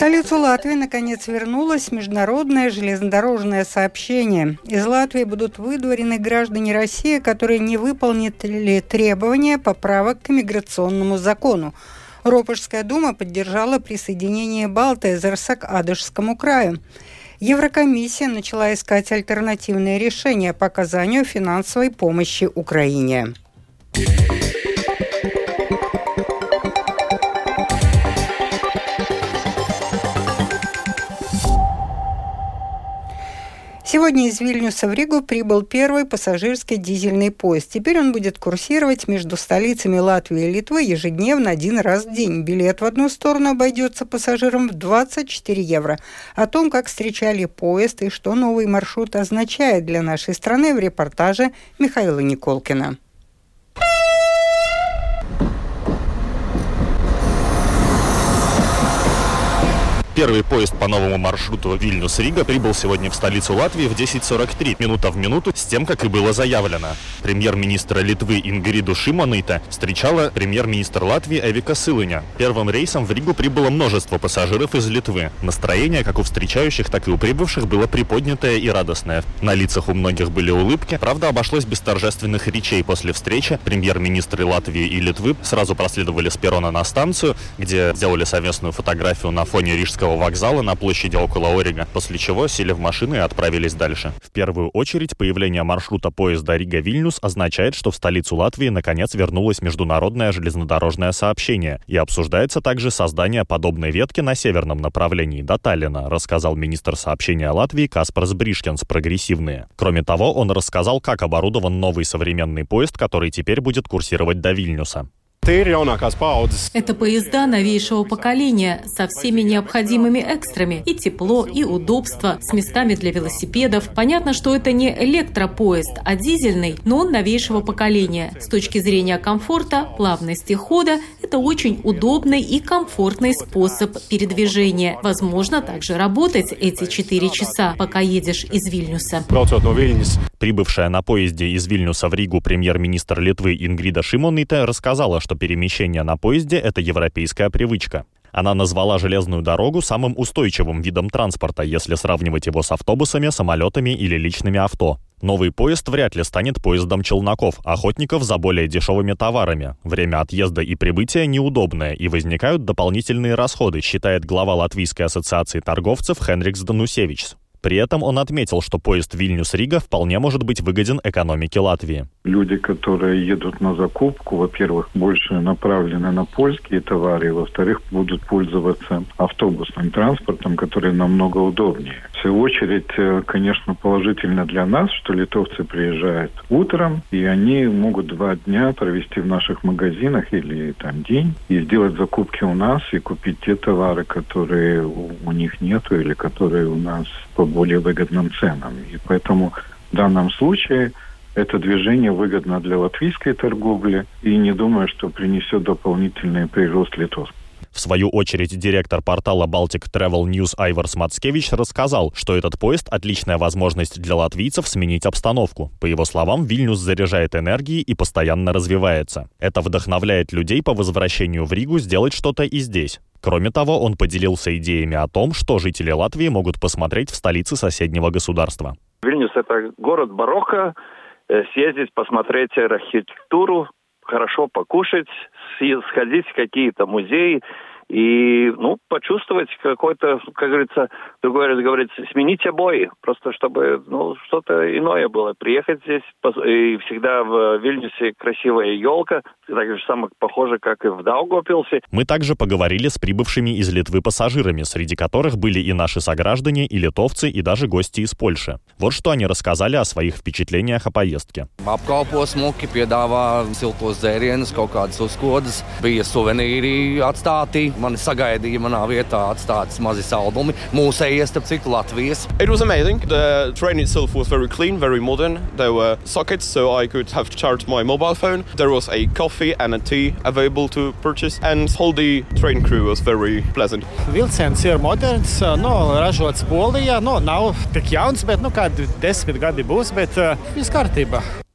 столицу Латвии, наконец, вернулось международное железнодорожное сообщение. Из Латвии будут выдворены граждане России, которые не выполнили требования поправок к миграционному закону. Ропожская дума поддержала присоединение Балтезерса к Адышскому краю. Еврокомиссия начала искать альтернативные решения по оказанию финансовой помощи Украине. Сегодня из Вильнюса в Ригу прибыл первый пассажирский дизельный поезд. Теперь он будет курсировать между столицами Латвии и Литвы ежедневно один раз в день. Билет в одну сторону обойдется пассажирам в 24 евро. О том, как встречали поезд и что новый маршрут означает для нашей страны, в репортаже Михаила Николкина. Первый поезд по новому маршруту Вильнюс-Рига прибыл сегодня в столицу Латвии в 10:43, минута в минуту, с тем, как и было заявлено. Премьер-министра Литвы Ингриду Шимонейте встречала премьер-министр Латвии Эвика Силыня. Первым рейсом в Ригу прибыло множество пассажиров из Литвы. Настроение как у встречающих, так и у прибывших было приподнятое и радостное. На лицах у многих были улыбки. Правда, обошлось без торжественных речей после встречи. Премьер-министры Латвии и Литвы сразу проследовали с перрона на станцию, где сделали совместную фотографию на фоне Рижского вокзала на площади около Орига, после чего сели в машины и отправились дальше. В первую очередь, появление маршрута поезда Рига-Вильнюс означает, что в столицу Латвии наконец вернулось международное железнодорожное сообщение, и обсуждается также создание подобной ветки на северном направлении до Таллина, рассказал министр сообщения Латвии Каспарс Бришкенс, прогрессивные. Кроме того, он рассказал, как оборудован новый современный поезд, который теперь будет курсировать до Вильнюса. Это поезда новейшего поколения со всеми необходимыми экстрами. И тепло, и удобство, с местами для велосипедов. Понятно, что это не электропоезд, а дизельный, но он новейшего поколения. С точки зрения комфорта, плавности хода, это очень удобный и комфортный способ передвижения. Возможно также работать эти 4 часа, пока едешь из Вильнюса. Прибывшая на поезде из Вильнюса в Ригу премьер-министр Литвы Ингрида Шимонейте рассказала, что перемещение на поезде – это европейская привычка. Она назвала железную дорогу самым устойчивым видом транспорта, если сравнивать его с автобусами, самолетами или личными авто. Новый поезд вряд ли станет поездом челноков, охотников за более дешевыми товарами. Время отъезда и прибытия неудобное, и возникают дополнительные расходы, считает глава Латвийской ассоциации торговцев Хенрикс Данусевичс. При этом он отметил, что поезд Вильнюс-Рига вполне может быть выгоден экономике Латвии. Люди, которые едут на закупку, во-первых, больше направлены на польские товары, во-вторых, будут пользоваться автобусным транспортом, который намного удобнее. В свою очередь, конечно, положительно для нас, что литовцы приезжают утром, и они могут 2 дня провести в наших магазинах или день, и сделать закупки у нас, и купить те товары, которые у них нету, или которые у нас по более выгодным ценам. И поэтому в данном случае это движение выгодно для латвийской торговли, и не думаю, что принесет дополнительный прирост литовцев. В свою очередь, директор портала Baltic Travel News Айварс Мацкевич рассказал, что этот поезд – отличная возможность для латвийцев сменить обстановку. По его словам, Вильнюс заряжает энергией и постоянно развивается. Это вдохновляет людей по возвращению в Ригу сделать что-то и здесь. Кроме того, он поделился идеями о том, что жители Латвии могут посмотреть в столице соседнего государства. Вильнюс – это город барокко. Съездить, посмотреть архитектуру, хорошо покушать, сходить в какие-то музеи и, почувствовать какой-то, как говорится, другой раз говорится, сменить обои, просто чтобы, что-то иное было. Приехать здесь, и всегда в Вильнюсе красивая елка, так же самое похоже, как и в Даугавпилсе. Мы также поговорили с прибывшими из Литвы пассажирами, среди которых были и наши сограждане, и литовцы, и даже гости из Польши. Вот что они рассказали о своих впечатлениях о поездке. Apkalpo smuki, piedāvā siltos dzērienus, kaut kādas uzkodas, bija suvenīri atstāti. Mani sagaidīja manā vietā atstātas mazi saldumi. Mūsējie, starp citu, Latvijas. It was amazing. The train itself was very clean, very modern. There were sockets so I could have charged my mobile phone. There was a coffee and a tea available to purchase. And all the train crew was very pleasant. Vilciens ir moderns, ražots Polijā. Nav tik jauns, bet kādi 10 gadi būs, bet viss kārtībā.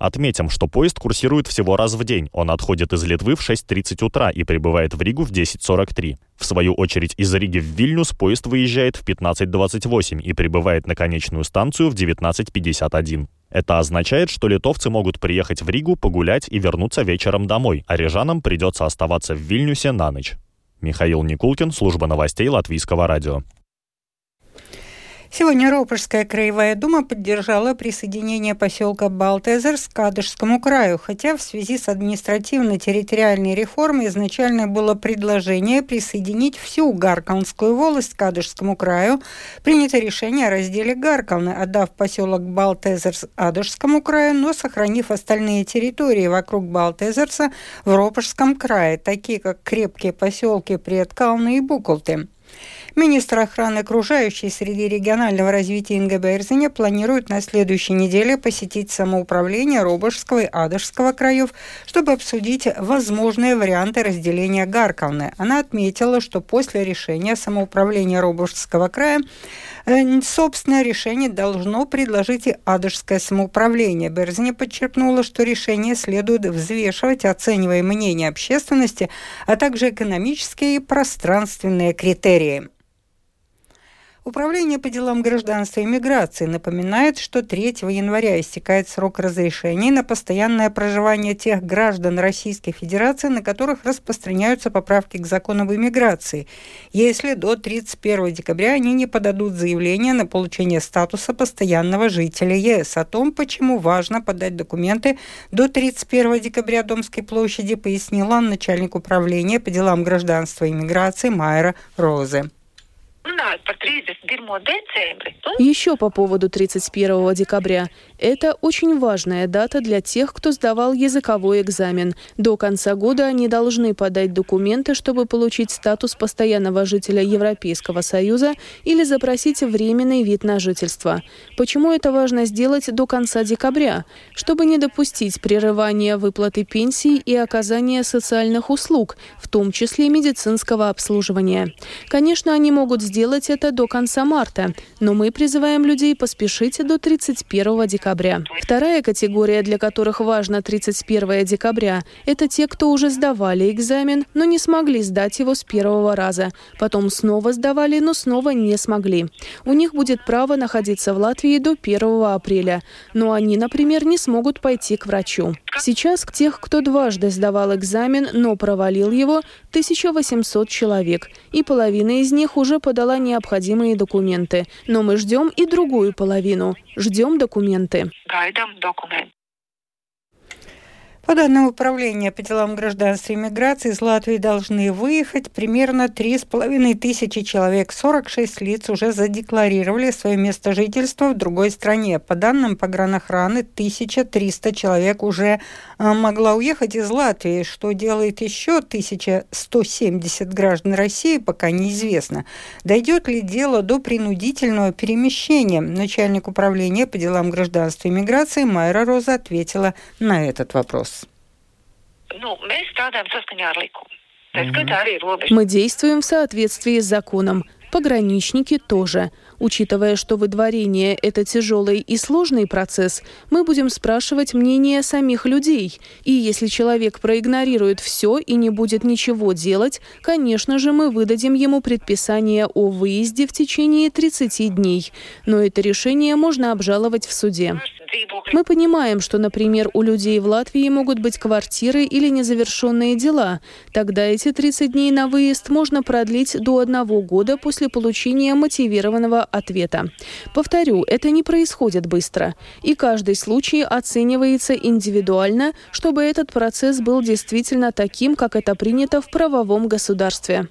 Отметим, что поезд курсирует всего раз в день. Он отходит из Литвы в 6:30 утра и прибывает в Ригу в 10:43. В свою очередь, из Риги в Вильнюс поезд выезжает в 15:28 и прибывает на конечную станцию в 19:51. Это означает, что литовцы могут приехать в Ригу, погулять и вернуться вечером домой, а рижанам придется оставаться в Вильнюсе на ночь. Михаил Никулкин, служба новостей Латвийского радио. Сегодня Ропожская краевая дума поддержала присоединение поселка Балтезерс к Адышскому краю, хотя в связи с административно-территориальной реформой изначально было предложение присоединить всю Гаркалнскую волость к Адышскому краю. Принято решение о разделе Гаркалны, отдав поселок Балтезерс Адышскому краю, но сохранив остальные территории вокруг Балтезерса в Ропожском крае, такие как крепкие поселки Предкалны и Буколты. Министр охраны окружающей среды регионального развития Инга Берзине планирует на следующей неделе посетить самоуправление Робожского и Адышского краев, чтобы обсудить возможные варианты разделения Гаркалны. Она отметила, что после решения самоуправления Робожского края собственное решение должно предложить и Адышское самоуправление. Берзине подчеркнула, что решение следует взвешивать, оценивая мнение общественности, а также экономические и пространственные критерии. Управление по делам гражданства и миграции напоминает, что 3 января истекает срок разрешений на постоянное проживание тех граждан Российской Федерации, на которых распространяются поправки к закону об иммиграции, если до 31 декабря они не подадут заявление на получение статуса постоянного жителя ЕС. О том, почему важно подать документы до 31 декабря Домской площади, пояснила начальник управления по делам гражданства и миграции Майра Розе. Еще по поводу 31 декабря. Это очень важная дата для тех, кто сдавал языковой экзамен. До конца года они должны подать документы, чтобы получить статус постоянного жителя Европейского Союза или запросить временный вид на жительство. Почему это важно сделать до конца декабря? Чтобы не допустить прерывания выплаты пенсий и оказания социальных услуг, в том числе медицинского обслуживания. Конечно, они могут сделать это до конца марта, но мы призываем людей поспешить до 31 декабря. Вторая категория, для которых важно 31 декабря, это те, кто уже сдавали экзамен, но не смогли сдать его с первого раза. Потом снова сдавали, но снова не смогли. У них будет право находиться в Латвии до 1 апреля, но они, например, не смогут пойти к врачу. Сейчас к тех, кто дважды сдавал экзамен, но провалил его, 1800 человек, и половина из них уже подала необходимые документы. Но мы ждем и другую половину. Ждем документы. По данным Управления по делам гражданства и миграции, из Латвии должны выехать примерно 3500 человек. 46 лиц уже задекларировали свое место жительства в другой стране. По данным погранохраны, 1300 человек уже могла уехать из Латвии. Что делает еще 1170 граждан России, пока неизвестно. Дойдет ли дело до принудительного перемещения? Начальник Управления по делам гражданства и миграции Майра Роза ответила на этот вопрос. Мы действуем в соответствии с законом. Пограничники тоже. Учитывая, что выдворение – это тяжелый и сложный процесс, мы будем спрашивать мнение самих людей. И если человек проигнорирует все и не будет ничего делать, конечно же, мы выдадим ему предписание о выезде в течение 30 дней. Но это решение можно обжаловать в суде. Мы понимаем, что, например, у людей в Латвии могут быть квартиры или незавершенные дела. Тогда эти 30 дней на выезд можно продлить до 1 года после получения мотивированного ответа. Повторю, это не происходит быстро. И каждый случай оценивается индивидуально, чтобы этот процесс был действительно таким, как это принято в правовом государстве.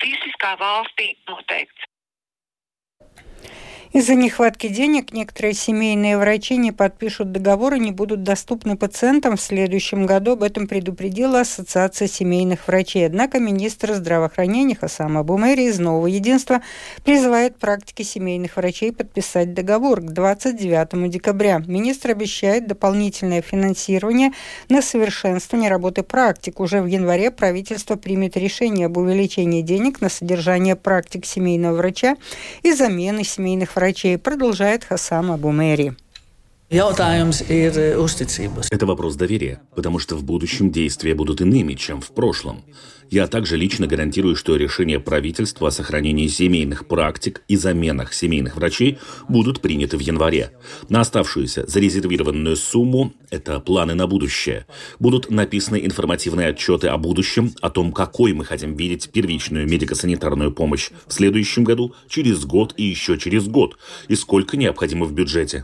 Из-за нехватки денег некоторые семейные врачи не подпишут договор и не будут доступны пациентам в следующем году. Об этом предупредила Ассоциация семейных врачей. Однако министр здравоохранения Хасам Абу-Мери из Нового единства призывает практики семейных врачей подписать договор к 29 декабря. Министр обещает дополнительное финансирование на совершенствование работы практик. Уже в январе правительство примет решение об увеличении денег на содержание практик семейного врача и замены семейных врачей, продолжает Хасам Абу-Мери. Это вопрос доверия, потому что в будущем действия будут иными, чем в прошлом. Я также лично гарантирую, что решения правительства о сохранении семейных практик и заменах семейных врачей будут приняты в январе. На оставшуюся зарезервированную сумму, это планы на будущее, будут написаны информативные отчеты о будущем, о том, какой мы хотим видеть первичную медико-санитарную помощь в следующем году, через год и еще через год, и сколько необходимо в бюджете.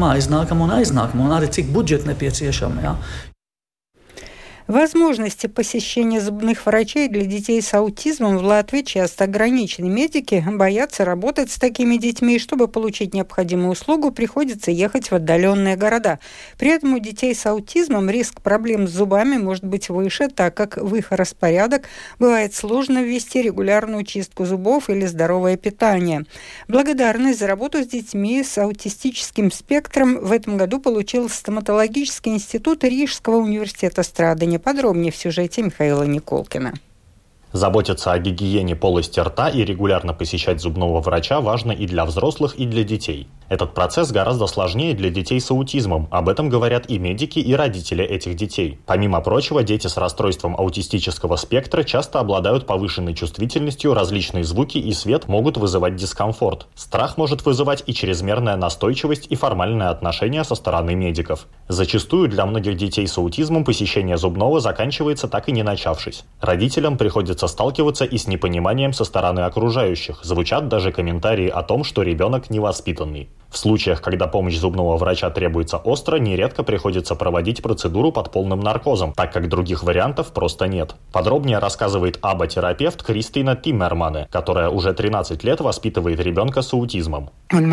Возможности посещения зубных врачей для детей с аутизмом в Латвии часто ограничены. Медики боятся работать с такими детьми, и чтобы получить необходимую услугу, приходится ехать в отдаленные города. При этом у детей с аутизмом риск проблем с зубами может быть выше, так как в их распорядок бывает сложно ввести регулярную чистку зубов или здоровое питание. Благодарность за работу с детьми с аутистическим спектром в этом году получил стоматологический институт Рижского университета Страдания. Подробнее в сюжете Михаила Николкина. Заботиться о гигиене полости рта и регулярно посещать зубного врача важно и для взрослых, и для детей. Этот процесс гораздо сложнее для детей с аутизмом. Об этом говорят и медики, и родители этих детей. Помимо прочего, дети с расстройством аутистического спектра часто обладают повышенной чувствительностью, различные звуки и свет могут вызывать дискомфорт. Страх может вызывать и чрезмерная настойчивость, и формальное отношение со стороны медиков. Зачастую для многих детей с аутизмом посещение зубного заканчивается так и не начавшись. Родителям приходится сталкиваться и с непониманием со стороны окружающих. Звучат даже комментарии о том, что ребенок невоспитанный. В случаях, когда помощь зубного врача требуется остро, нередко приходится проводить процедуру под полным наркозом, так как других вариантов просто нет. Подробнее рассказывает АБА-терапевт Кристина Тиммермане, которая уже 13 лет воспитывает ребенка с аутизмом.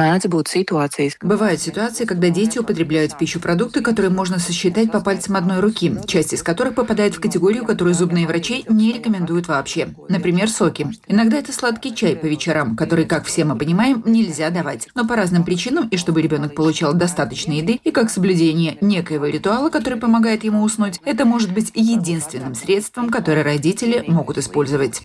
Бывают ситуации, когда дети употребляют в пищу продукты, которые можно сосчитать по пальцам одной руки, часть из которых попадает в категорию, которую зубные врачи не рекомендуют вообще. Например, соки. Иногда это сладкий чай по вечерам, который, как все мы понимаем, нельзя давать. Но по разным причинам, и чтобы ребенок получал достаточно еды, и как соблюдение некоего ритуала, который помогает ему уснуть, это может быть единственным средством, которое родители могут использовать.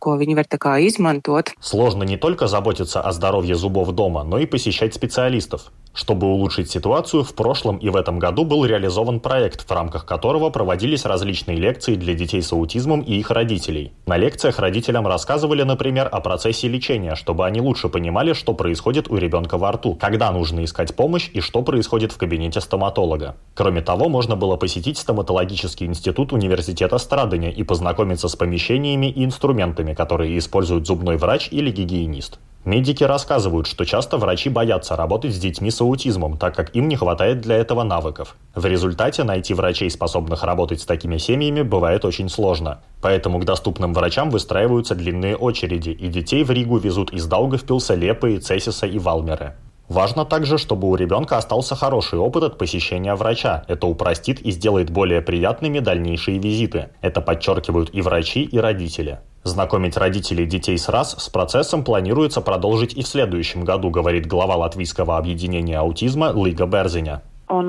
Сложно не только заботиться о здоровье зубов дома, но и посещать специалистов. Чтобы улучшить ситуацию, в прошлом и в этом году был реализован проект, в рамках которого проводились различные лекции для детей с аутизмом и их родителей. На лекциях родителям рассказывали, например, о процессе лечения, чтобы они лучше понимали, что происходит у ребенка во рту, когда нужно искать помощь и что происходит в кабинете стоматолога. Кроме того, можно было посетить стоматологический институт университета Страдания и познакомиться с помещениями и инструментами, которые использует зубной врач или гигиенист. Медики рассказывают, что часто врачи боятся работать с детьми с аутизмом, так как им не хватает для этого навыков. В результате найти врачей, способных работать с такими семьями, бывает очень сложно. Поэтому к доступным врачам выстраиваются длинные очереди, и детей в Ригу везут из Даугавпилса, Лепы, Цесиса и Валмеры. Важно также, чтобы у ребенка остался хороший опыт от посещения врача. Это упростит и сделает более приятными дальнейшие визиты. Это подчеркивают и врачи, и родители. Знакомить родителей детей с РАС с процессом планируется продолжить и в следующем году, говорит глава Латвийского объединения аутизма Лига Берзиņa.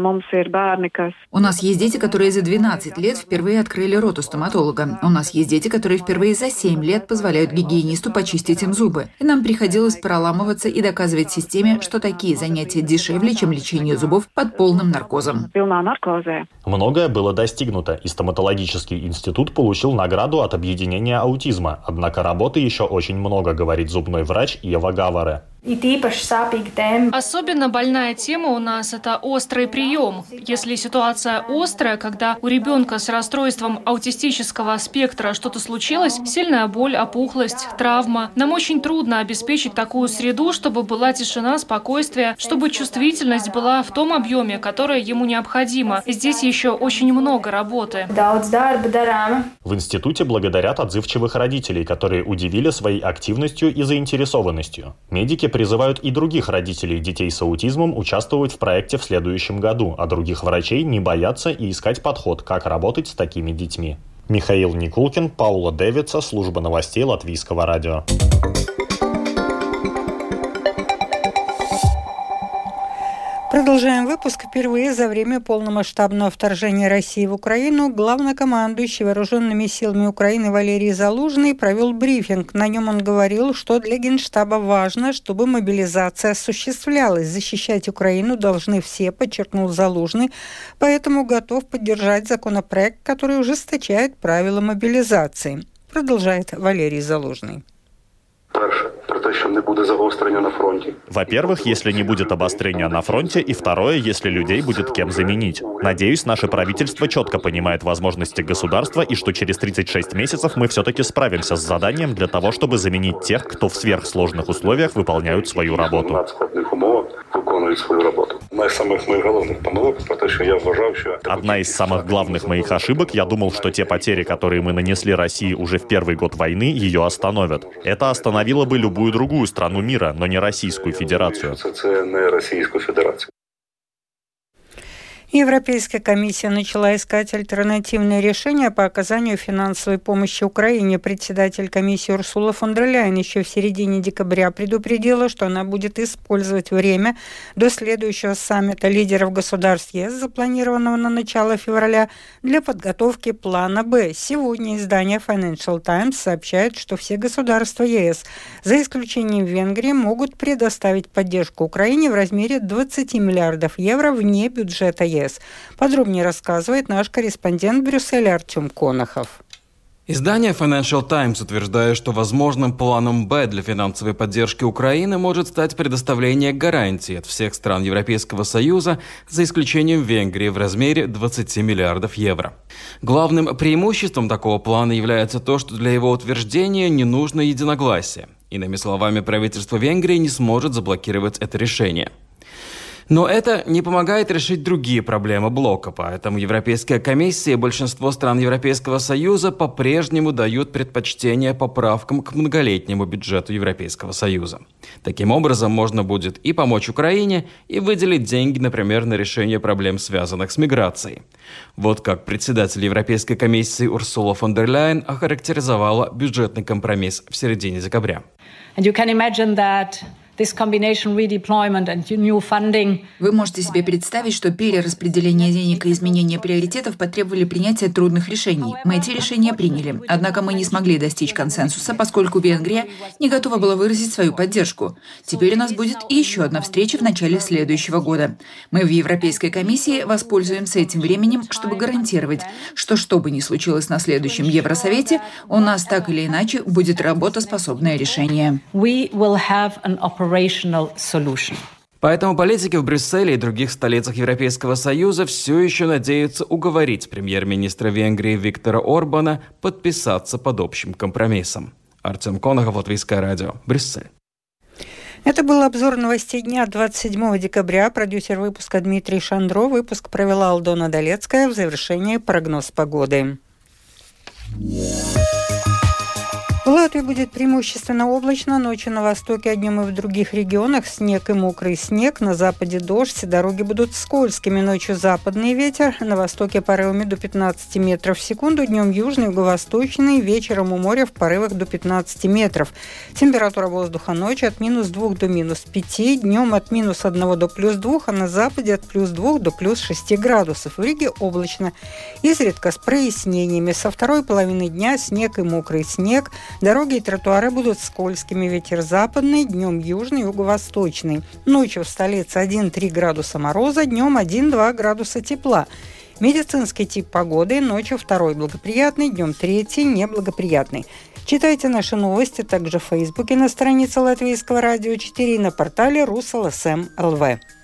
У нас есть дети, которые за 12 лет впервые открыли рот у стоматолога. У нас есть дети, которые впервые за 7 лет позволяют гигиенисту почистить им зубы. И нам приходилось проламываться и доказывать системе, что такие занятия дешевле, чем лечение зубов под полным наркозом. Многое было достигнуто, и стоматологический институт получил награду от объединения аутизма. Однако работы еще очень много, говорит зубной врач Ева Гаваре. Особенно больная тема у нас – это острый прием. Если ситуация острая, когда у ребенка с расстройством аутистического спектра что-то случилось, сильная боль, опухлость, травма, нам очень трудно обеспечить такую среду, чтобы была тишина, спокойствие, чтобы чувствительность была в том объеме, которое ему необходимо. Здесь еще очень много работы. В институте благодарят отзывчивых родителей, которые удивили своей активностью и заинтересованностью. Медики призывают и других родителей детей с аутизмом участвовать в проекте в следующем году, а других врачей не бояться и искать подход, как работать с такими детьми. Михаил Никулкин, Паула Дэвидса, служба новостей Латвийского радио. Продолжаем выпуск. Впервые за время полномасштабного вторжения России в Украину главнокомандующий вооруженными силами Украины Валерий Залужный провел брифинг. На нем он говорил, что для Генштаба важно, чтобы мобилизация осуществлялась. Защищать Украину должны все, подчеркнул Залужный, поэтому готов поддержать законопроект, который ужесточает правила мобилизации. Продолжает Валерий Залужный. Во-первых, если не будет обострения на фронте, и второе, если людей будет кем заменить. Надеюсь, наше правительство четко понимает возможности государства и что через 36 месяцев мы все-таки справимся с заданием для того, чтобы заменить тех, кто в сверхсложных условиях выполняют свою работу. Одна из самых главных моих ошибок, я думал, что те потери, которые мы нанесли России уже в первый год войны, ее остановят. Это остановило бы любую другую страну мира, но не Российскую Федерацию. Европейская комиссия начала искать альтернативные решения по оказанию финансовой помощи Украине. Председатель комиссии Урсула фон дер Ляйен еще в середине декабря предупредила, что она будет использовать время до следующего саммита лидеров государств ЕС, запланированного на начало февраля, для подготовки плана «Б». Сегодня издание Financial Times сообщает, что все государства ЕС, за исключением Венгрии, могут предоставить поддержку Украине в размере 20 миллиардов евро вне бюджета ЕС. Подробнее рассказывает наш корреспондент в Брюсселе Артем Конохов. Издание Financial Times утверждает, что возможным планом «Б» для финансовой поддержки Украины может стать предоставление гарантий от всех стран Европейского Союза, за исключением Венгрии, в размере 20 миллиардов евро. Главным преимуществом такого плана является то, что для его утверждения не нужно единогласие. Иными словами, правительство Венгрии не сможет заблокировать это решение. Но это не помогает решить другие проблемы блока, поэтому Европейская комиссия и большинство стран Европейского Союза по-прежнему дают предпочтение поправкам к многолетнему бюджету Европейского Союза. Таким образом, можно будет и помочь Украине, и выделить деньги, например, на решение проблем, связанных с миграцией. Вот как председатель Европейской комиссии Урсула фон дер Ляйен охарактеризовала бюджетный компромисс в середине декабря. Вы можете себе представить, что перераспределение денег и изменение приоритетов потребовали принятия трудных решений. Мы эти решения приняли. Однако мы не смогли достичь консенсуса, поскольку Венгрия не готова была выразить свою поддержку. Теперь у нас будет еще одна встреча в начале следующего года. Мы в Европейской комиссии воспользуемся этим временем, чтобы гарантировать, что бы ни случилось на следующем Евросовете, у нас так или иначе будет работоспособное решение. Поэтому политики в Брюсселе и других столицах Европейского Союза все еще надеются уговорить премьер-министра Венгрии Виктора Орбана подписаться под общим компромиссом. Артем Конохов, Латвийское радио, Брюссель. Это был обзор новостей дня 27 декабря. Продюсер выпуска Дмитрий Шандро. Выпуск провела Алдона Долецкая. В завершении прогноз погоды. В Латвии будет преимущественно облачно, ночью на востоке, а днем и в других регионах снег и мокрый снег, на западе дождь, дороги будут скользкими, ночью западный ветер, на востоке порывами до 15 метров в секунду, днем южный, юго-восточный, вечером у моря в порывах до 15 метров. Температура воздуха ночью от минус 2 до минус 5, днем от минус 1 до плюс 2, а на западе от плюс 2 до плюс 6 градусов. В Риге облачно, изредка с прояснениями, со второй половины дня снег и мокрый снег. Дороги и тротуары будут скользкими, ветер западный, днем южный, юго-восточный. Ночью в столице 1-3 градуса мороза, днем 1-2 градуса тепла. Медицинский тип погоды, ночью 2 благоприятный, днем 3 неблагоприятный. Читайте наши новости также в Фейсбуке на странице Латвийского радио 4 и на портале RusLSM.lv.